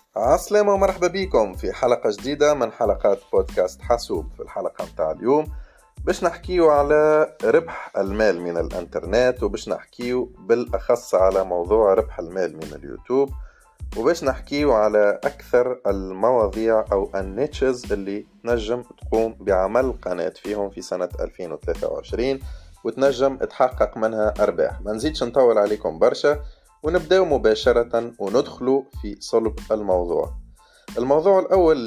عسلامة ومرحبا بكم في حلقة جديدة من حلقات بودكاست حاسوب. في الحلقة متاع اليوم باش نحكيو على ربح المال من الانترنت، وباش نحكيو بالأخص على موضوع ربح المال من اليوتيوب، وباش نحكيو على أكثر المواضيع أو النيتشز اللي نجم تقوم بعمل قناة فيهم في سنة 2023 وتنجم تحقق منها أرباح. ما نزيدش نطول عليكم برشا ونبدأ مباشرة وندخلوا في صلب الموضوع. الموضوع الأول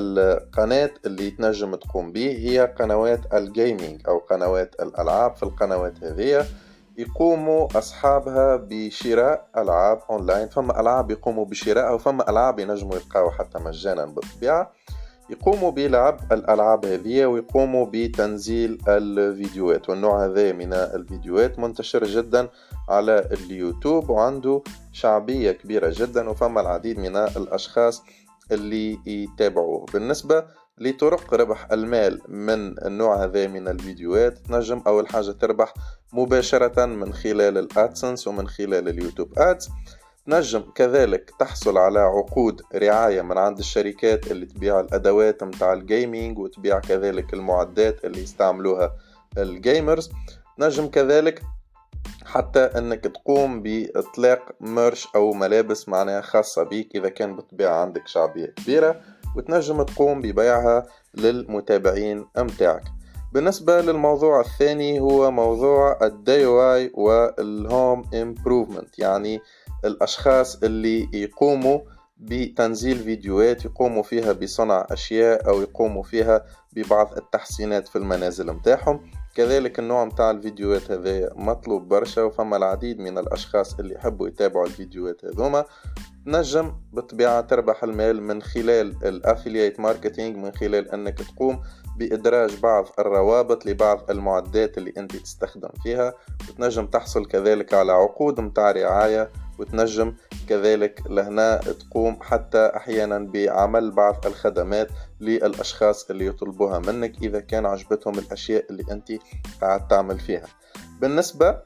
للقناة اللي تنجم تقوم به هي قنوات الجيمينج أو قنوات الألعاب. في القنوات هذه يقوموا أصحابها بشراء ألعاب أونلاين، فما ألعاب يقوموا بشراءها وفما ألعاب ينجموا يلقاو حتى مجانا بالطبيعة. يقوموا بلعب الألعاب هذه ويقوموا بتنزيل الفيديوهات، والنوع هذا من الفيديوهات منتشر جدا على اليوتيوب وعنده شعبية كبيرة جدا، وفما العديد من الأشخاص اللي يتابعوه. بالنسبة لطرق ربح المال من النوع هذا من الفيديوهات، تنجم أول حاجة تربح مباشرة من خلال الأدسنس ومن خلال اليوتيوب أدز. نجم كذلك تحصل على عقود رعاية من عند الشركات اللي تبيع الأدوات متاع الجيمينج وتبيع كذلك المعدات اللي يستعملوها الجيمرز. نجم كذلك حتى أنك تقوم بإطلاق مرش أو ملابس معناها خاصة بيك إذا كان بالطبيعة عندك شعبية كبيرة، وتنجم تقوم ببيعها للمتابعين متاعك. بالنسبة للموضوع الثاني هو موضوع الDIY والهوم امبروفمنت، يعني الأشخاص اللي يقوموا بتنزيل فيديوهات يقوموا فيها بصنع أشياء أو يقوموا فيها ببعض التحسينات في المنازل متاعهم. كذلك النوع متاع الفيديوهات هذا مطلوب برشا، وفما العديد من الأشخاص اللي يحبوا يتابعوا الفيديوهات هذوما. نجم بالطبيعة تربح المال من خلال الأفيليات ماركتينج، من خلال أنك تقوم بإدراج بعض الروابط لبعض المعدات اللي أنت تستخدم فيها، وتنجم تحصل كذلك على عقود متاع رعاية، وتنجم كذلك لهنا تقوم حتى أحيانا بعمل بعض الخدمات للأشخاص اللي يطلبوها منك إذا كان عجبتهم الأشياء اللي أنت قاعد تعمل فيها. بالنسبة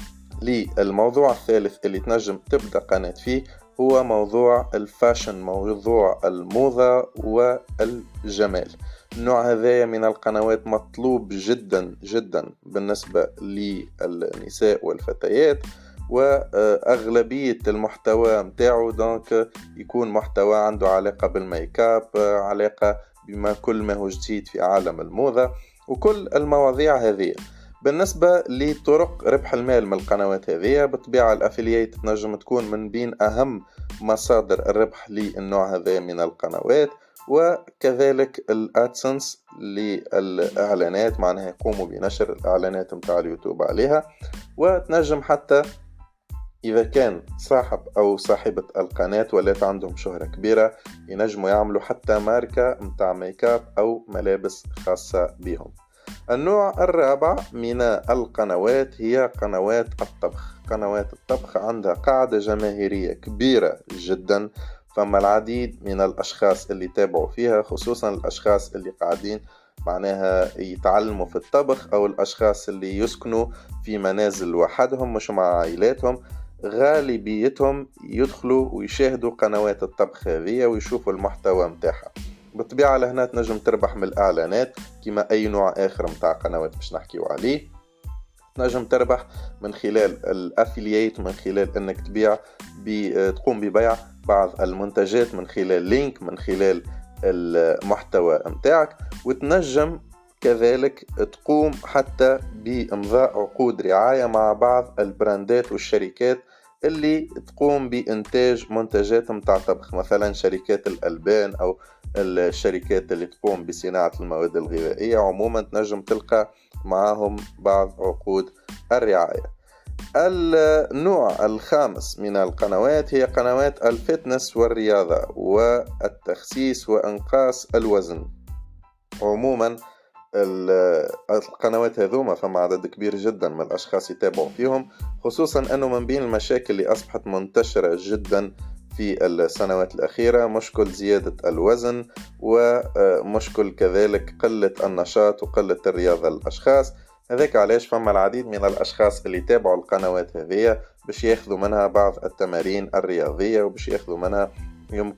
للموضوع الثالث اللي تنجم تبدأ قناة فيه هو موضوع الفاشن، موضوع الموضة والجمال. النوع هذا من القنوات مطلوب جدا جدا بالنسبة للنساء والفتيات، وأغلبية المحتوى متاعه دونك يكون محتوى عنده علاقة بالميك اب، علاقة بما كل ما هو جديد في عالم الموضة وكل المواضيع هذه. بالنسبة لطرق ربح المال من القنوات هذه، بالطبيعة الأفيليات تنجم تكون من بين أهم مصادر الربح للنوع هذا من القنوات، وكذلك الأدسنس للإعلانات، معناها يقوموا بنشر الإعلانات متاع اليوتيوب عليها. وتنجم حتى إذا كان صاحب أو صاحبة القناة ولات عندهم شهرة كبيرة ينجموا يعملوا حتى ماركة متاع ميك اب أو ملابس خاصة بهم. النوع الرابع من القنوات هي قنوات الطبخ. قنوات الطبخ عندها قاعدة جماهيرية كبيرة جدا، فما العديد من الأشخاص اللي تابعوا فيها، خصوصا الأشخاص اللي قاعدين معناها يتعلموا في الطبخ أو الأشخاص اللي يسكنوا في منازل وحدهم مش مع عائلاتهم. غالبيتهم يدخلوا ويشاهدوا قنوات الطبخ هذه ويشوفوا المحتوى متاعها. بالطبيعة لهنا تنجم تربح من الإعلانات كما أي نوع آخر متاع قنوات باش نحكيو عليه. تنجم تربح من خلال الأفيليات، من خلال أنك تقوم ببيع بعض المنتجات من خلال لينك، من خلال المحتوى متاعك. وتنجم كذلك تقوم حتى بإمضاء عقود رعاية مع بعض البراندات والشركات اللي تقوم بإنتاج منتجات متاع طبخ، مثلا شركات الألبان أو الشركات اللي تقوم بصناعة المواد الغذائية. عموما تنجم تلقى معهم بعض عقود الرعاية. النوع الخامس من القنوات هي قنوات الفتنس والرياضة والتخسيس وإنقاص الوزن. عموما القنوات هذوما فما عدد كبير جدا من الأشخاص يتابعوا فيهم، خصوصا أنه من بين المشاكل اللي أصبحت منتشرة جدا في السنوات الأخيرة مشكل زيادة الوزن، ومشكل كذلك قلة النشاط وقلة الرياضة للأشخاص. هذاك علاش فما العديد من الأشخاص اللي يتابعوا القنوات هذه باش ياخذوا منها بعض التمارين الرياضية، وباش ياخذوا منها يمكن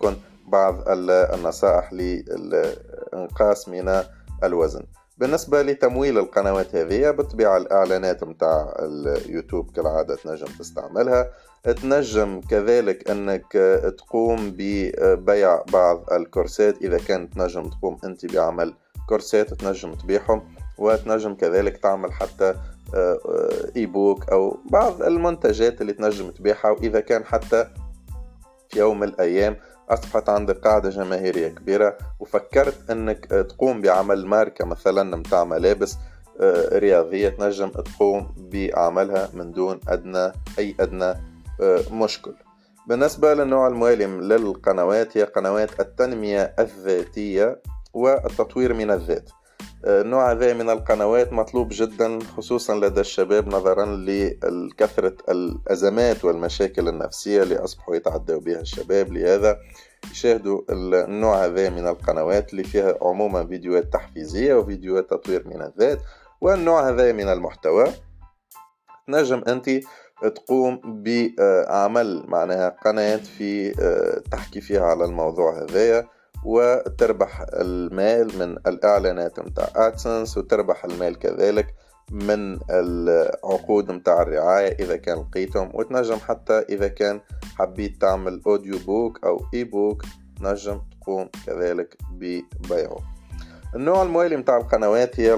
بعض النصائح للإنقاص من الوزن. بالنسبة لتمويل القنوات هذه، بالطبيعة الإعلانات متاع اليوتيوب كالعادة تنجم تستعملها. تنجم كذلك أنك تقوم ببيع بعض الكورسات، إذا كانت تنجم تقوم أنت بعمل كورسات تنجم تبيعهم، وتنجم كذلك تعمل حتى إيبوك أو بعض المنتجات اللي تنجم تبيعها. وإذا كان حتى في يوم من الأيام أصبحت عندك قاعدة جماهيرية كبيرة وفكرت أنك تقوم بعمل ماركة مثلا متاع ملابس رياضية، تنجم تقوم بعملها من دون أدنى مشكل. بالنسبة للنوع الموالي للقنوات، هي قنوات التنمية الذاتية والتطوير من الذات. النوع هذا من القنوات مطلوب جدا خصوصا لدى الشباب، نظرا لكثرة الأزمات والمشاكل النفسية اللي أصبحوا يتعدوا بها الشباب. لهذا يشاهدوا النوع هذا من القنوات اللي فيها عموما فيديوهات تحفيزية وفيديوهات تطوير من الذات. والنوع هذا من المحتوى تنجم أنت تقوم بعمل معناها قناة في تحكي فيها على الموضوع هذا، وتربح المال من الإعلانات متاع أدسنس، وتربح المال كذلك من العقود متاع الرعاية إذا كان لقيتهم. وتنجم حتى إذا كان حبيت تعمل أوديو بوك أو إي بوك تنجم تقوم كذلك ببيعه. النوع الموالي متاع القنوات هي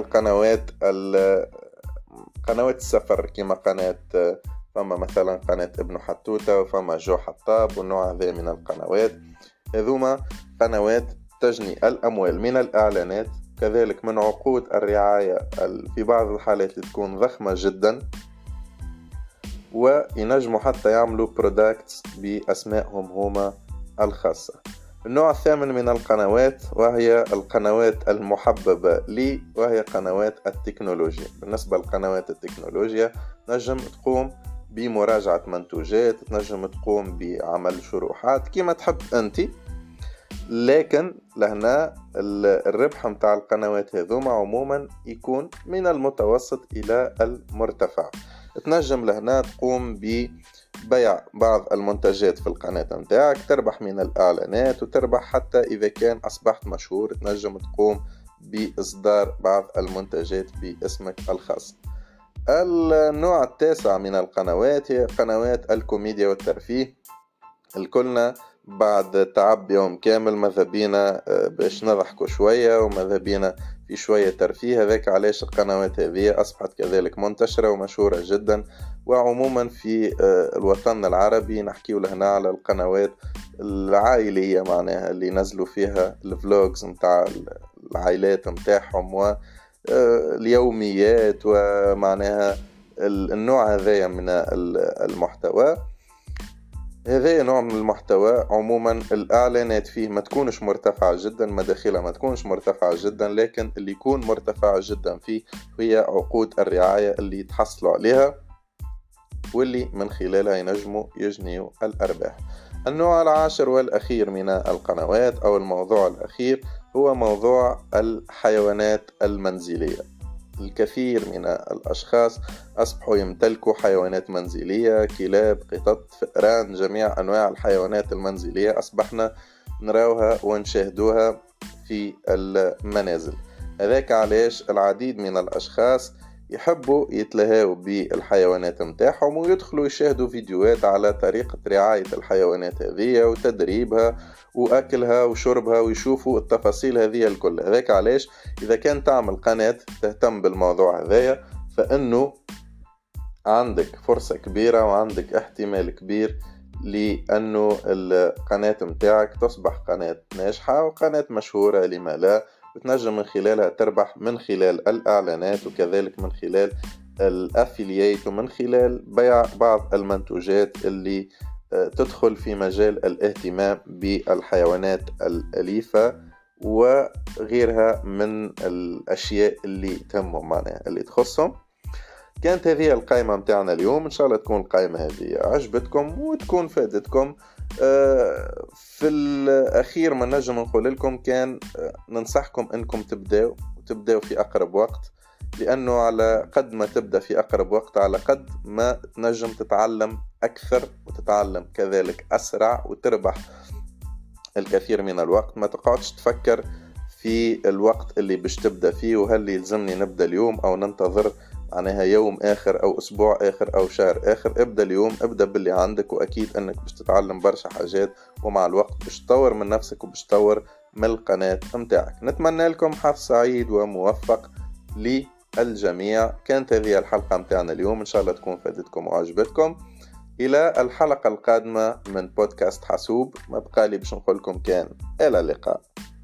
قنوات السفر، كما قناة فما مثلا قناة ابن حتوتة وفما جو حطاب. والنوع هذا من القنوات هذوما قنوات تجني الأموال من الإعلانات، كذلك من عقود الرعاية في بعض الحالات تكون ضخمة جدا، وينجموا حتى يعملوا برودكتس بأسمائهم هما الخاصة. النوع الثامن من القنوات وهي القنوات المحببة لي، وهي قنوات التكنولوجيا. بالنسبة لقنوات التكنولوجيا تنجم تقوم بمراجعة منتوجات، تنجم تقوم بعمل شروحات كما تحب أنت، لكن لهنا الربح متاع القنوات هذوما عموما يكون من المتوسط إلى المرتفع. تنجم لهنا تقوم ببيع بعض المنتجات في القناة متاعك، تربح من الإعلانات، وتربح حتى إذا كان أصبحت مشهور تنجم تقوم بإصدار بعض المنتجات باسمك الخاص. النوع التاسع من القنوات هي قنوات الكوميديا والترفيه. الكلنا بعد تعب يوم كامل ماذا بينا باش نضحكوا شوية وماذا بينا في شوية ترفيه. هذاك علاش القنوات هذه أصبحت كذلك منتشرة ومشهورة جدا. وعموما في الوطن العربي نحكيو لهنا على القنوات العائلية، معناها اللي نزلوا فيها الفلوجز متاع العائلات متاعهم واليوميات، ومعناها النوع هذا من المحتوى. هذا نوع من المحتوى عموما الإعلانات فيه ما تكونش مرتفعة جدا، مداخلها ما تكونش مرتفعة جدا، لكن اللي يكون مرتفعة جدا فيه هي عقود الرعاية اللي يتحصلوا عليها، واللي من خلالها ينجموا يجنيوا الأرباح. النوع العاشر والأخير من القنوات أو الموضوع الأخير هو موضوع الحيوانات المنزلية. الكثير من الأشخاص أصبحوا يمتلكوا حيوانات منزلية، كلاب، قطط، فئران، جميع أنواع الحيوانات المنزلية أصبحنا نراوها ونشاهدوها في المنازل. هذاك علاش العديد من الأشخاص يحبوا يتلهوا بالحيوانات متاعهم ويدخلوا يشاهدوا فيديوهات على طريقة رعاية الحيوانات هذه وتدريبها وأكلها وشربها، ويشوفوا التفاصيل هذه الكل. هذاك علاش إذا كان تعمل قناة تهتم بالموضوع هذايا، فإنه عندك فرصة كبيرة وعندك احتمال كبير لأنه القناة متاعك تصبح قناة ناجحة وقناة مشهورة، لما لا، وتنجم من خلالها تربح من خلال الإعلانات، وكذلك من خلال الأفيليات، ومن خلال بيع بعض المنتوجات اللي تدخل في مجال الاهتمام بالحيوانات الأليفة وغيرها من الأشياء اللي تهمهم، معناها اللي تخصهم. كانت هذه القائمة متاعنا اليوم، إن شاء الله تكون القائمة هذه عجبتكم وتكون فادتكم. في الأخير ما نجم نقول لكم كان ننصحكم أنكم تبدأوا في أقرب وقت، لأنه على قد ما تبدأ في أقرب وقت على قد ما تنجم تتعلم أكثر وتتعلم كذلك أسرع وتربح الكثير من الوقت. ما تقعدش تفكر في الوقت اللي باش تبدأ فيه وهل يلزمني نبدأ اليوم أو ننتظر معناها يوم آخر أو أسبوع آخر أو شهر آخر. ابدأ اليوم، ابدأ باللي عندك، وأكيد أنك باش تتعلم برشا حاجات، ومع الوقت باش تطور من نفسك وباش تطور من القناة متاعك. نتمنى لكم حظ سعيد وموفق للجميع. كانت هذه الحلقة متاعنا اليوم، إن شاء الله تكون فادتكم وعجبتكم. إلى الحلقة القادمة من بودكاست حاسوب، ما بقالي باش نقولكم كان إلى اللقاء.